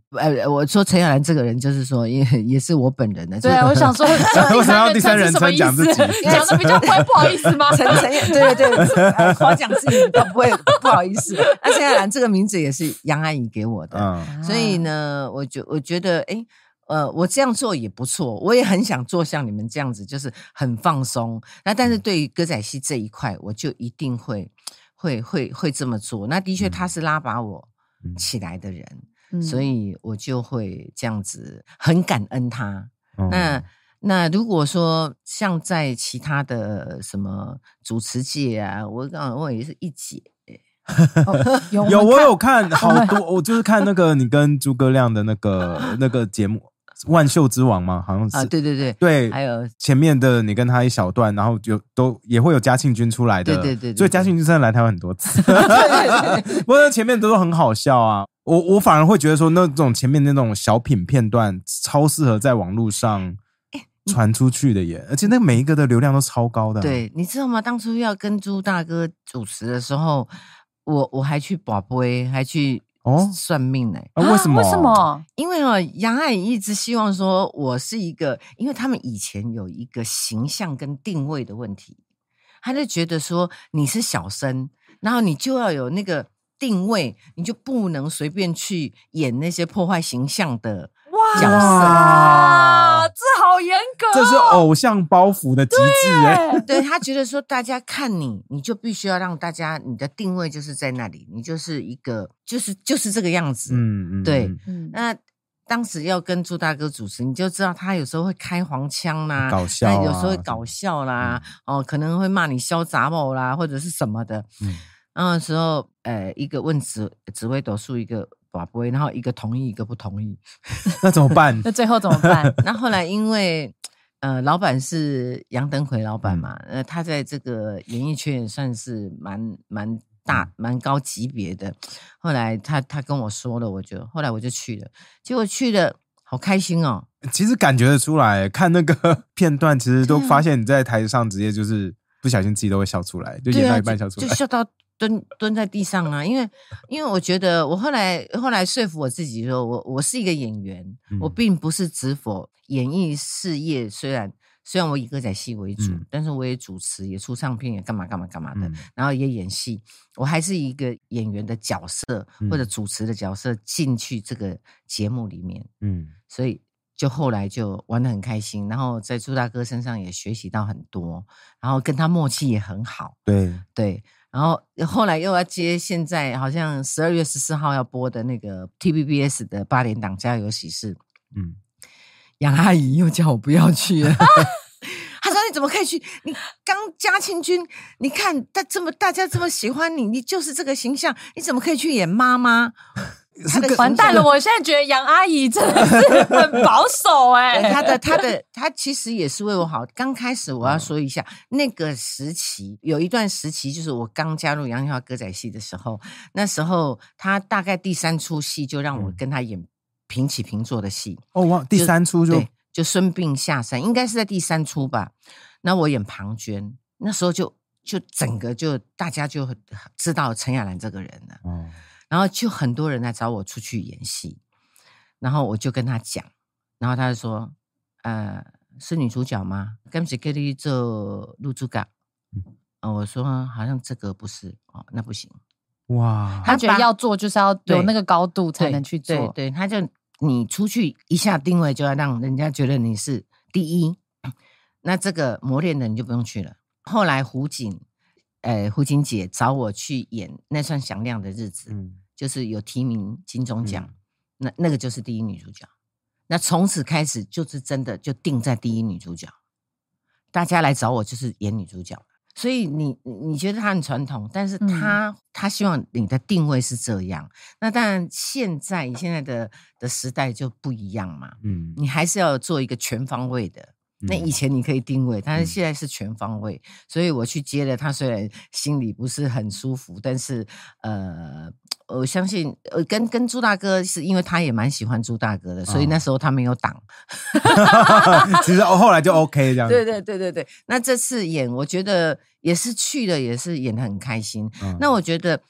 我说陈雅兰这个人，就是说也是我本人的。 对啊，我想说， 为什么要第三人称讲自己？ 讲的比较不会不好意思吗？ 陈对，夸奖自己都不会不好意思。那陈雅兰这个名字也是杨阿姨给我的，所以呢，我觉得，我这样做也不错，我也很想做像你们这样子，就是很放松。那但是对于歌仔戏这一块，我就一定会这么做。那的确，他是拉拔我起来的人。所以我就会这样子很感恩他。那如果说像在其他的什么主持界啊，我也是一姐。 有我有看好多，我就是看那个你跟诸葛亮的那个节目《万秀之王》吗？好像是对，还有前面的你跟他一小段，然后也会有嘉庆君出来的，对，所以嘉庆君真的来台湾很多次。不过前面都很好笑啊。我反而会觉得说，那种前面那种小品片段超适合在网络上传出去的耶，而且那每一个的流量都超高的。 对，你知道吗？当初要跟朱大哥主持的时候，我还去拔杯，还去算命呢。 为什么？ 为什么？ 因为杨爱一直希望说我是一个，因为他们以前有一个形象跟定位的问题，他就觉得说你是小生，然后你就要有那个定位，你就不能随便去演那些破坏形象的角色。 哇，这好严格这是偶像包袱的机制。 对，他觉得说大家看你就必须要让大家你的定位就是在那里，你就是一个就是这个样子。对。那当时要跟朱大哥主持，你就知道他有时候会开黄腔啦， 搞笑有时候会搞笑啦，可能会骂你肖杂某啦，或者是什么的。然后那时候，一个问紫微斗数，一个拔杯，然后一个同意，一个不同意， 那怎么办？ 那最后怎么办？ 那后来因为老板是杨登魁老板嘛，他在这个演艺圈也算是蛮大、蛮高级别的。后来他跟我说了，后来我就去了，结果去了好开心哦。 其实感觉得出来，看那个片段，其实都发现你在台上直接就是不小心自己都会笑出来，就演到一半笑出来， 就笑到蹲在地上啊。因为我觉得我后来说服我自己说，我是一个演员，我并不是只否演艺事业。虽然我以歌仔戏为主，但是我也主持，也出唱片，也干嘛的，然后也演戏。我还是一个演员的角色或者主持的角色进去这个节目里面。所以就后来就玩得很开心，然后在朱大哥身上也学习到很多，然后跟他默契也很好。对。然后后来又要接现在好像12月14号要播的那个 TVBS 的8点档家有喜事。杨阿姨又叫我不要去了。她说你怎么可以去？你刚嘉庆君，你看大家这么喜欢你，你就是这个形象，你怎么可以去演妈妈？ 完蛋了！我现在觉得杨阿姨真的是很保守她其实也是为我好。刚开始我要说一下，那个时期有一段时期，就是我刚加入杨丽花歌仔戏的时候，那时候她大概第3出戏就让我跟她演平起平坐的戏。 哇，第3出就孙膑下山，应该是在第3出吧。那我演庞涓，那时候就整个大家就知道陈雅兰这个人了。然后就很多人来找我出去演戏，然后我就跟他讲，然后他就说，是女主角吗？跟谁给你做女主角？我说好像这个不是那不行。 哇，他觉得要做就是要有那个高度才能去做。 对，他就你出去一下定位就要让人家觉得你是第一，那这个磨练的你就不用去了。后来胡锦姐找我去演《那算响亮的日子》，就是有提名金钟奖，那个就是第一女主角。那从此开始就是真的就定在第一女主角，大家来找我就是演女主角。所以你觉得她很传统，但是她希望你的定位是这样。那当然现在的时代就不一样嘛，你还是要做一个全方位的。那以前你可以定位，但是现在是全方位，所以我去接了他，虽然心里不是很舒服，但是我相信跟朱大哥是因为他也蛮喜欢朱大哥的，所以那时候他没有挡。 其实后来就 OK 这样。 对。那这次演，我觉得也是去了，也是演得很开心。那我觉得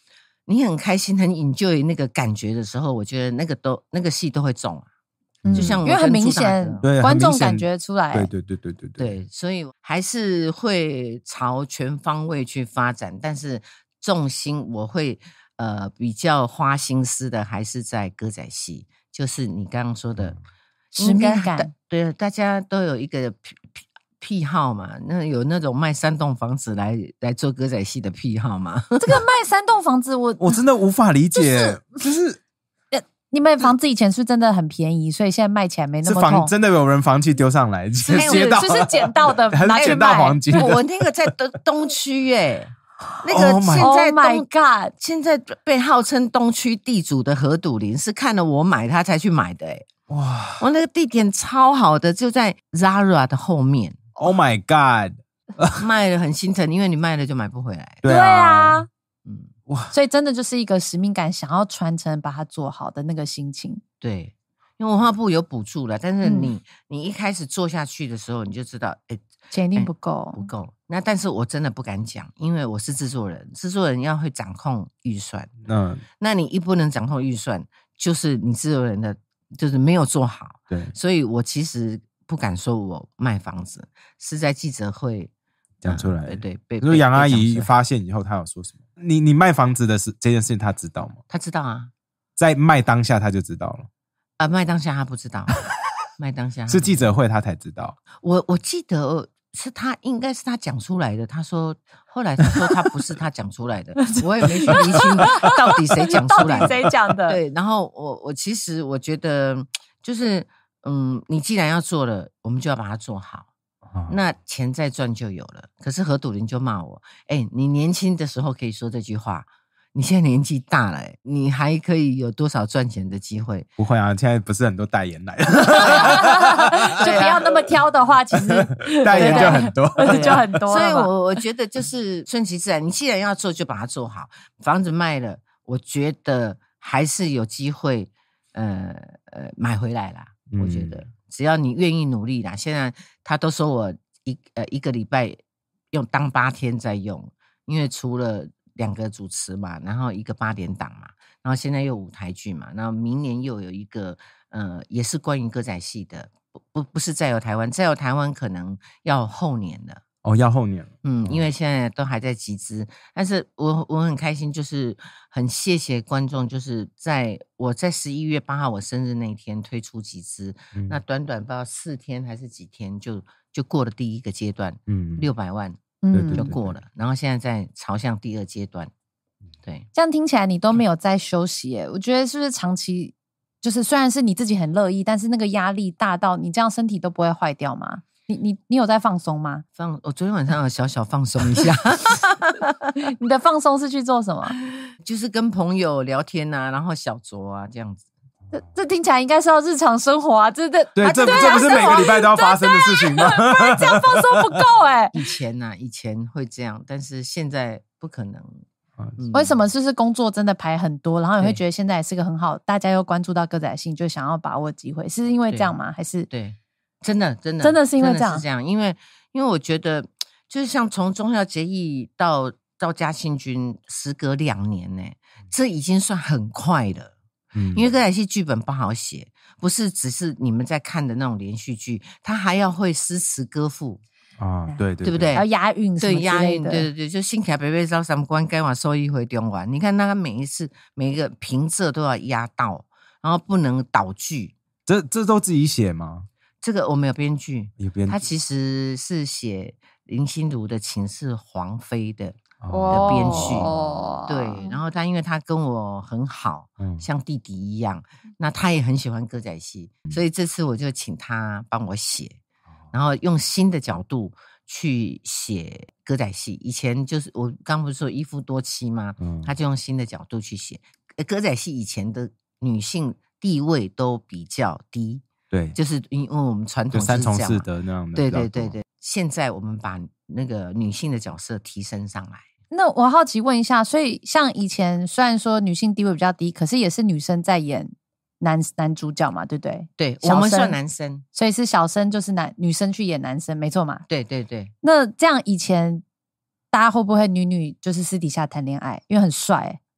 你很开心很enjoy那个感觉的时候，我觉得那个戏都会中就像我因为很明显，观众感觉出来。 对，所以还是会朝全方位去发展，但是重心我会比较花心思的还是在歌仔戏，就是你刚刚说的使命感。 对，大家都有一个癖好嘛，那有那种卖3栋房子来做歌仔戏的癖好吗？ 这个卖3栋房子我真的无法理解，就是你买房子以前是真的很便宜，所以现在卖起来没那么痛。 真的有人房契丢上来，接到就是捡到的， 还是捡到黄金。 我那个在东区那个现在 Oh my God， 现在被号称东区地主的何笃林是看了我买他才去买的哇！我那个地点超好的，就在 Zara 的后面。 Oh my God， 卖了很心疼，因为你卖了就买不回来。 对啊。哇！所以真的就是一个使命感，想要传承把它做好的那个心情。 对，因为文化部有补助了，但是你一开始做下去的时候，你就知道， 钱一定不够， 不够。那但是我真的不敢讲，因为我是制作人，制作人要会掌控预算。那你一不能掌控预算，就是你制作人的就是没有做好。 对， 所以我其实不敢说我卖房子，是在记者会讲出来。 对， 如果杨阿姨发现以后，她有说什么？你卖房子的这件事情，她知道吗？ 她知道啊， 在卖当下她就知道了。 卖当下她不知道，卖当下是记者会她才知道。 我记得是她，应该是她讲出来的。后来她说她不是她讲出来的，我也没去厘清到底谁讲出来的， 到底谁讲的。 对，然后我其实我觉得就是你既然要做了，我们就要把它做好。那钱再赚就有了。可是何笃林就骂我，你年轻的时候可以说这句话，你现在年纪大了，你还可以有多少赚钱的机会？ 不会啊，现在不是很多代言来的， 就不要那么挑的话，其实代言就很多， 就很多。 所以我觉得就是顺其自然，你既然要做，就把它做好。房子卖了，我觉得还是有机会，买回来啦。我觉得。只要你愿意努力啦，现在他都说我一个礼拜当8天在用，因为除了2个主持嘛，然后1个8点档嘛，然后现在又舞台剧嘛，然后明年又有一个也是关于歌仔戏的，不是再有台湾，再有台湾可能要后年了。 要后年了。 因为现在都还在集资，但是我很开心，就是很谢谢观众，就是我在11月8号我生日那一天推出集资，那短不知道4天还是几天就过了第1个阶段，600万就过了，然后现在在朝向第2阶段。对， 这样听起来你都没有在休息耶，我觉得是不是长期就是虽然是你自己很乐意，但是那个压力大到你这样身体都不会坏掉吗？你有在放松吗？ 我昨天晚上有小放松一下。 你的放松是去做什么？ 就是跟朋友聊天啊，然后小酌啊，这样子。 这听起来应该是要日常生活啊，这不是每个礼拜都要发生的事情吗？ 这样放松不够以前会这样，但是现在不可能。 为什么？就是工作真的排很多，然后你会觉得现在也是个很好，大家又关注到歌仔戏，就想要把握机会，是因为这样吗？还是对？真的是因为这样， 是这样，因为我觉得就是像从忠孝节义到嘉庆君，时隔2年呢，这已经算很快了。因为歌仔戏剧本不好写，不是只是你们在看的那种连续剧，他还要会诗词歌赋对不对？ 要押韵， 对押韵，对，就新卡北北招三关，该往收一回中完。你看那个每一个平仄都要押到，然后不能倒句。 这都自己写吗？ 这个我们有编剧，他其实是写林心如的《情是皇妃》的编剧，对。然后因为他跟我很好，像弟弟一样，那他也很喜欢歌仔戏，所以这次我就请他帮我写，然后用新的角度去写歌仔戏。以前就是我刚不是说一夫多妻吗？他就用新的角度去写歌仔戏。以前的女性地位都比较低。 对， 就是因为我们传统 3从4德那样的。 对，现在我们把那个女性的角色提升上来。 那我好奇问一下，所以像以前虽然说女性地位比较低，可是也是女生在演男主角嘛，对不对？ 对，我们算男生， 所以是小生就是女生去演男生，没错嘛？ 对。 那这样以前大家会不会女就是私底下谈恋爱，因为很帅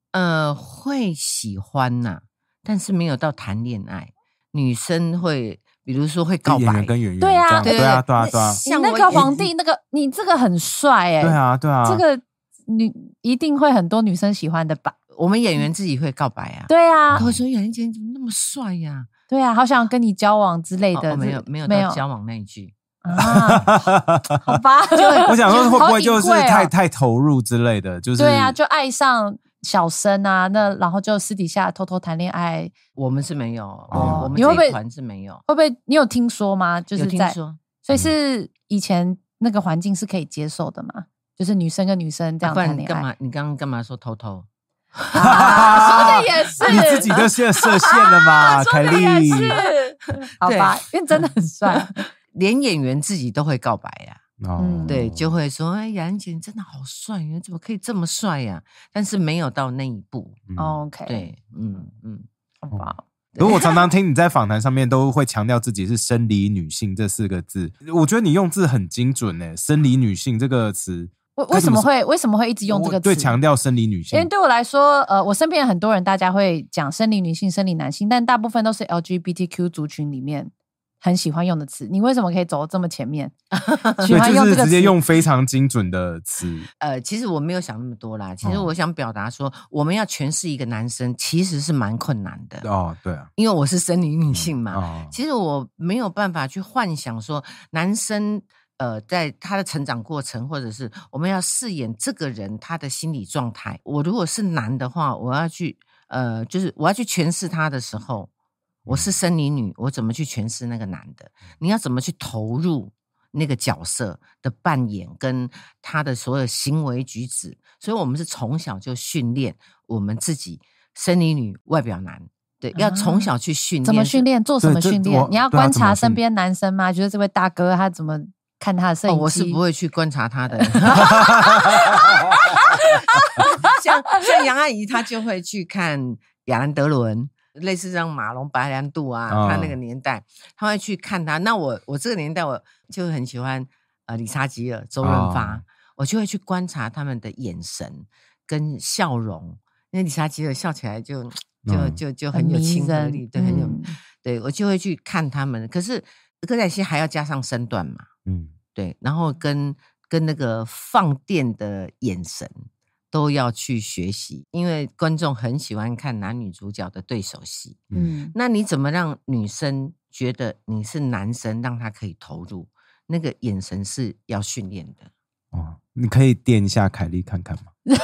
会喜欢呐，但是没有到谈恋爱。女生会，比如说会告白， 演员跟演员， 对啊对啊， 你那个皇帝，你这个很帅哎， 对啊， 这个一定会很多女生喜欢的吧？ 我们演员自己会告白啊， 对啊， 他会说杨洁怎么那么帅呀？ 对啊，好想跟你交往之类的， 没有到交往那一句。 好吧， 我想说会不会就是太投入之类的，就是对啊，就爱上小生啊，那然后就私底下偷偷谈恋爱。 我们是没有，我们这一团是没有。 会不会你有听说吗？就是有听说， 所以是以前那个环境是可以接受的嘛？就是女生跟女生这样谈恋爱。 你刚刚干嘛说偷偷？ 说的也是， 你自己都现在设限了嘛，凯莉。 好吧，因为真的很帅。 连演员自己都会告白呀，对，就会说：“哎，杨洁真的好帅呀，怎么可以这么帅呀？”但是没有到那一步。 OK， 对， 好吧。 如果我常常听你在访谈上面都会强调自己是生理女性这4个字，我觉得你用字很精准诶，生理女性这个词。 为什么会一直用这个词？ 对，强调生理女性。 因为对我来说，我身边很多人大家会讲生理女性、生理男性，但大部分都是 LGBTQ 族群里面很喜欢用的词。你为什么可以走这么前面？喜欢用这个词， 就是直接用非常精准的词。 其实我没有想那么多啦。其实我想表达说，我们要诠释一个男生，其实是蛮困难的。 对啊， 因为我是生理女性嘛。其实我没有办法去幻想说男生。在他的成长过程，或者是我们要饰演这个人他的心理状态。我如果是男的话，我要去就是我要去诠释他的时候，我是生理女，我怎么去诠释那个男的？你要怎么去投入那个角色的扮演跟他的所有行为举止？所以我们是从小就训练我们自己，生理女外表男。对，要从小去训练。 怎么训练？做什么训练？你要观察身边男生吗？觉得这位大哥他怎么看他的摄影机？ 我是不会去观察他的。像杨阿姨，她就会去看亚兰德伦，类似像马龙白兰度啊，他那个年代，他会去看他。那我这个年代，我就很喜欢理查吉尔、周润发，我就会去观察他们的眼神跟笑容，因为理查吉尔笑起来就很有亲和力，对，很有，对，我就会去看他们。可是歌仔戏还要加上身段嘛，对，然后跟那个放电的眼神都要去学习，因为观众很喜欢看男女主角的对手戏。那你怎么让女生觉得你是男生，让她可以投入？那个眼神是要训练的。 你可以电一下凯莉看看吗？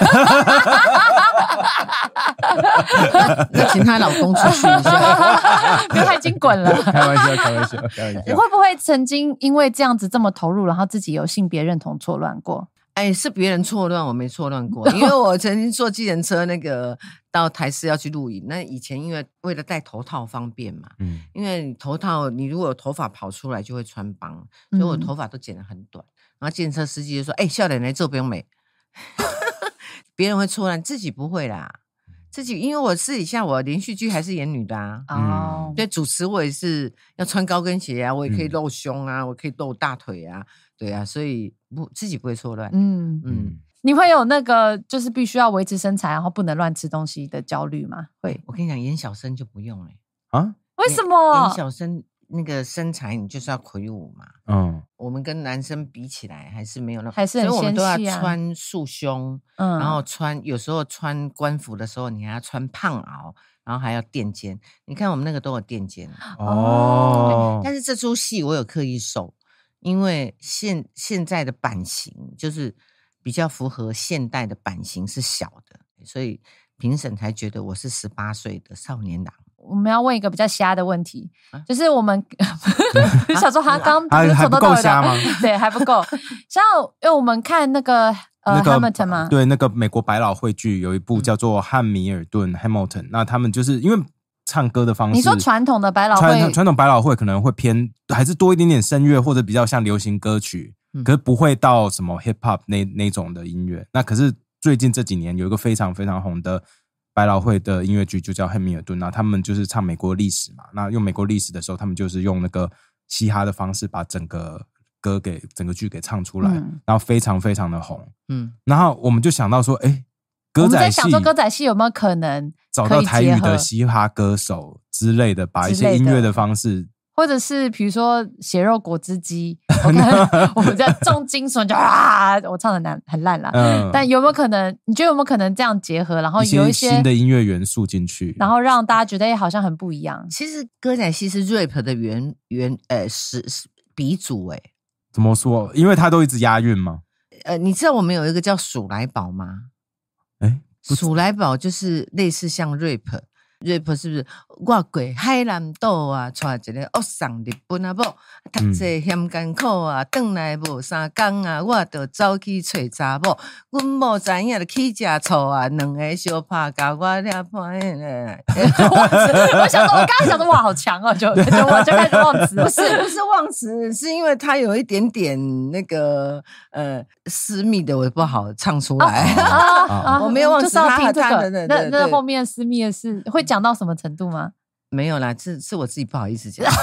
那请她老公出去一下， 因为他已经滚了。 开玩笑。 你会不会曾经因为这样子这么投入，然后自己有性别认同错乱过？ 是别人错乱，我没错乱过。因为我曾经坐计程车到台视要去录影，那以前因为为了戴头套方便嘛，因为头套你如果有头发跑出来就会穿帮，所以我头发都剪得很短。然后计程车司机就说：“笑脸来做不用美。”别人会错乱，自己不会啦。自己因为我私底下我连续剧还是演女的啊，对，主持我也是要穿高跟鞋啊，我也可以露胸啊，我可以露大腿啊，对啊，所以自己不会错乱。 你会有那个就是必须要维持身材，然后不能乱吃东西的焦虑吗？会。 我跟你讲，演小生就不用为什么？ 演小生那个身材你就是要魁梧嘛，我们跟男生比起来还是没有那， 还是很所以我们都要纤细啊穿束胸，然后有时候穿官服的时候，你还要穿胖袄，然后还要垫肩。你看我们那个都有垫肩但是这出戏我有刻意瘦，因为现在的版型就是比较符合现代的版型是小的，所以评审才觉得我是18岁的少年郎。 我们要问一个比较瞎的问题，就是我们想说他刚还不够瞎吗？ 对，还不够。像因为我们看那个Hamilton 嘛， 对，那个美国百老汇剧有一部叫做《汉密尔顿》Hamilton， 那他们就是因为唱歌的方式， 你说传统的百老汇， 传统百老汇可能会偏还是多一点点声乐，或者比较像流行歌曲，可是不会到什么 hip hop 那种的音乐。那可是最近这几年有一个非常非常红的百老汇的音乐剧就叫汉密尔顿，那他们就是唱美国历史嘛，那用美国历史的时候他们就是用那个嘻哈的方式把整个剧给唱出来，然后非常非常的红。然后我们就想到说我们在想说歌仔戏有没有可能找到台语的嘻哈歌手之类的，把一些音乐的方式。 或者是比如说血肉果汁机，我们在重金属就我唱的很烂啦，但有没有可能？你觉得有没有可能这样结合，然后有一些新的音乐元素进去， 然后让大家觉得好像很不一样？ 其实歌仔戏是 rap 的鼻祖怎么说？因为它都一直押韵吗？ 你知道我们有一个叫鼠来宝吗？鼠来宝就是类似像 rap 是不是？我过海南岛啊，带一个恶上日本啊某，读册嫌艰苦啊，转来无3天啊，我就走去找查某。阮某知影就去食醋啊，两个相拍甲我抓破的。 我想说，我刚刚想说哇，好强哦，就我就开始忘词， 不是忘词，是因为它有一点点那个私密的，我不好唱出来。我没有忘词， 就是要听这个。 那后面私密的是会讲到什么程度吗？ 没有啦，是我自己不好意思讲，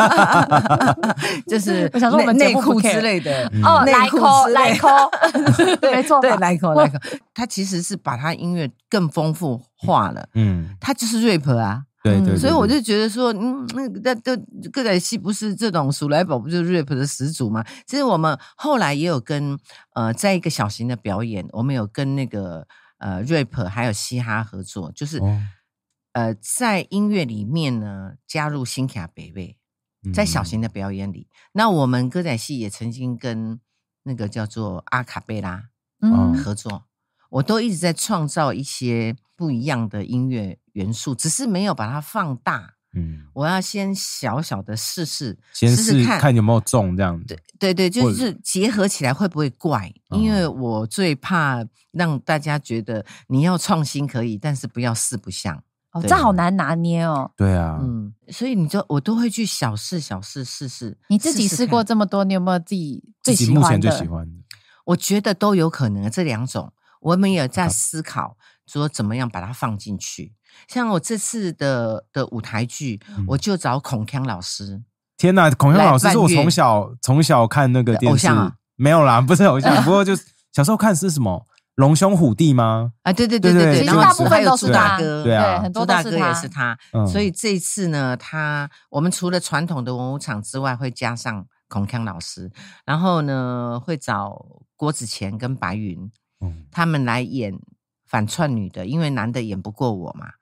就是我想说我们内裤之类的来扣，没错， 对，来扣，它其实是把它音乐更丰富化了，它就是 rap 啊， 对， 所以我就觉得说，那歌仔戏不是这种鼠来宝不就是 rap 的始祖吗？其实我们后来也有跟在一个小型的表演，我们有跟那个rap 还有嘻哈合作，就是在音乐里面呢加入新卡北北，在小型的表演里，那我们歌仔戏也曾经跟那个叫做阿卡贝拉合作，我都一直在创造一些不一样的音乐元素，只是没有把它放大。我要先小小的试试看有没有中这样子。 对，就是结合起来会不会怪？因为我最怕让大家觉得你要创新可以，但是不要四不像。 这好难拿捏哦。 对啊， 所以我都会去小试试试。 你自己试过这么多，你有没有自己目前最喜欢的？ 我觉得都有可能，这两种我们也在思考说怎么样把它放进去。像我这次的舞台剧，我就找孔锵老师。 天哪，孔锵老师是我从小看那个电视， 偶像啊？ 没有啦，不是偶像，不过就小时候看是什么龙兄虎弟吗？ 对， 其实大部分都是朱大哥， 对啊， 很多朱大哥也是他。所以这一次呢，我们除了传统的文武场之外，会加上孔锵老师，然后呢会找郭子乾跟白云，他们来演反串女的，因为男的演不过我嘛。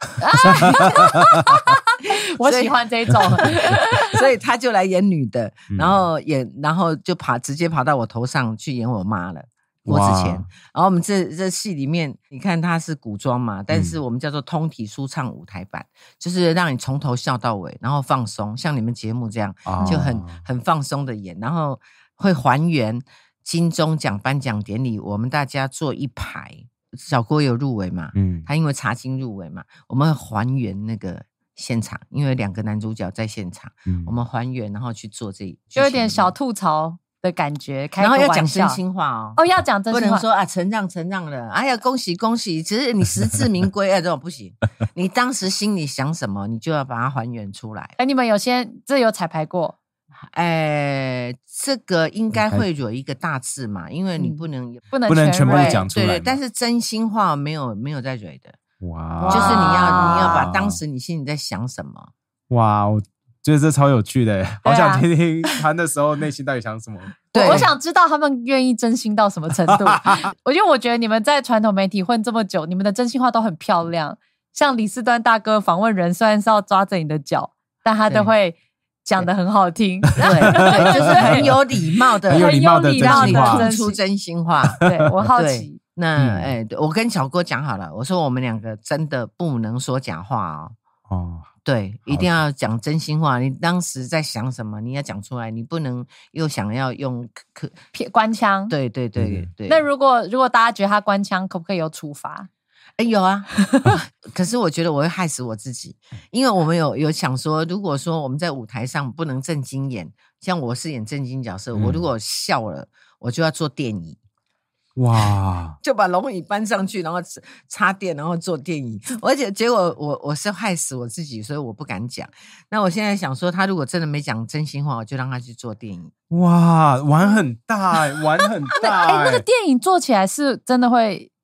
我喜欢这种， 所以他就来演女的，然后就直接爬到我头上去演我妈了。郭子乾，然后我们这戏里面，你看它是古装嘛，但是我们叫做通体舒畅舞台版，就是让你从头笑到尾，然后放松，像你们节目这样，就很放松的演，然后会还原金钟奖颁奖典礼，我们大家坐一排，小郭有入围嘛，他因为茶金入围嘛，我们会还原那个现场，因为2个男主角在现场，我们还原，然后去做就有点小吐槽的感觉， 然后要讲真心话哦， 要讲真心话， 不能说啊承让了，哎呀恭喜恭喜，只是你实至名归这种不行，你当时心里想什么，你就要把它还原出来。 你们有彩排过？ 这个应该会有一个大致嘛，因为你不能全部讲出来， 对，但是真心话没有在蕊的， 哇， 就是你要把当时你心里在想什么， 哇，我觉得这超有趣的，好想听听他那时候内心到底想什么。 对，我想知道他们愿意真心到什么程度。我觉得你们在传统媒体混这么久，你们的真心话都很漂亮。像李四端大哥访问人，虽然是要抓着你的脚，但他都会讲得很好听， 对，就是很有礼貌的， 很有礼貌的让你吐出真心话。 对，我好奇。 那我跟小郭讲好了，我说我们2个真的不能说假话哦。对，一定要讲真心话。你当时在想什么，你要讲出来，你不能又想要用官腔。 对。 那如果大家觉得他官腔，可不可以有处罚？ 有啊，可是我觉得我会害死我自己，因为我们有想说，如果说我们在舞台上不能正经演，像我是演正经角色，我如果笑了，我就要坐电椅。 哇！ 就把龙椅搬上去，然后插电，然后坐电椅。而且结果我是害死我自己，所以我不敢讲。那我现在想说，他如果真的没讲真心话，我就让他去坐电椅。 哇，玩很大玩很大那个电影做起来是真的会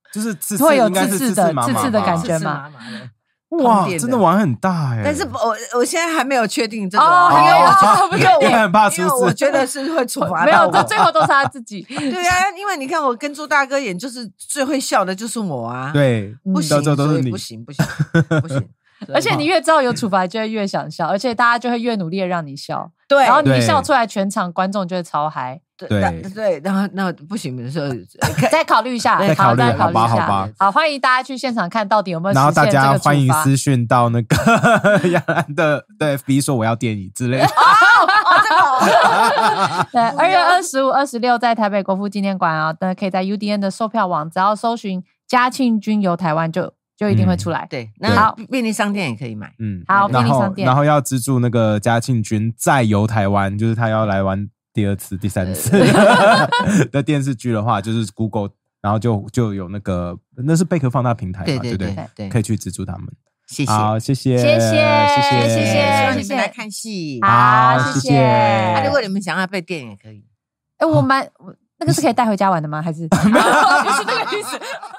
就是刺会有应该是刺的麻麻吧刺的感觉嘛刺麻麻的哇，真的玩很大哎！ 但是我现在还没有确定这个， 因为很怕出事， 我觉得是会处罚没有， 到我。 到最后都是他自己。 对啊，因为你看我跟朱大哥演，就是最会笑的就是我啊。 对， 不行， 都是你， 不行。 而且你越知道有处罚，就会越想笑，而且大家就会越努力的让你笑。 对， 然后你一笑出来，全场观众就会超嗨。 对，然后那不行的时候， 再考虑一下， 再考虑一下。 好，欢迎大家去现场看到底有没有实现这个处罚。然后大家欢迎私讯到那个亚兰的FB 说我要电影之类的。 对，2月25、26在台北国父纪念馆啊，可以在 UDN 的售票网，只要搜寻嘉庆君游台湾就一定会出来。 对，那便利商店也可以买。 好，便利商店。 然后要资助那个嘉庆君再游台湾，就是他要来玩第2次、第3次的电视剧的话，就是 Google， 然后就有那是贝壳放大平台嘛，对不对？可以去资助他们。 谢谢， 好，谢谢， 希望你们来看戏。 好，谢谢。 如果你们想要被电也可以。 我那个是可以带回家玩的吗？还是？不是那个意思。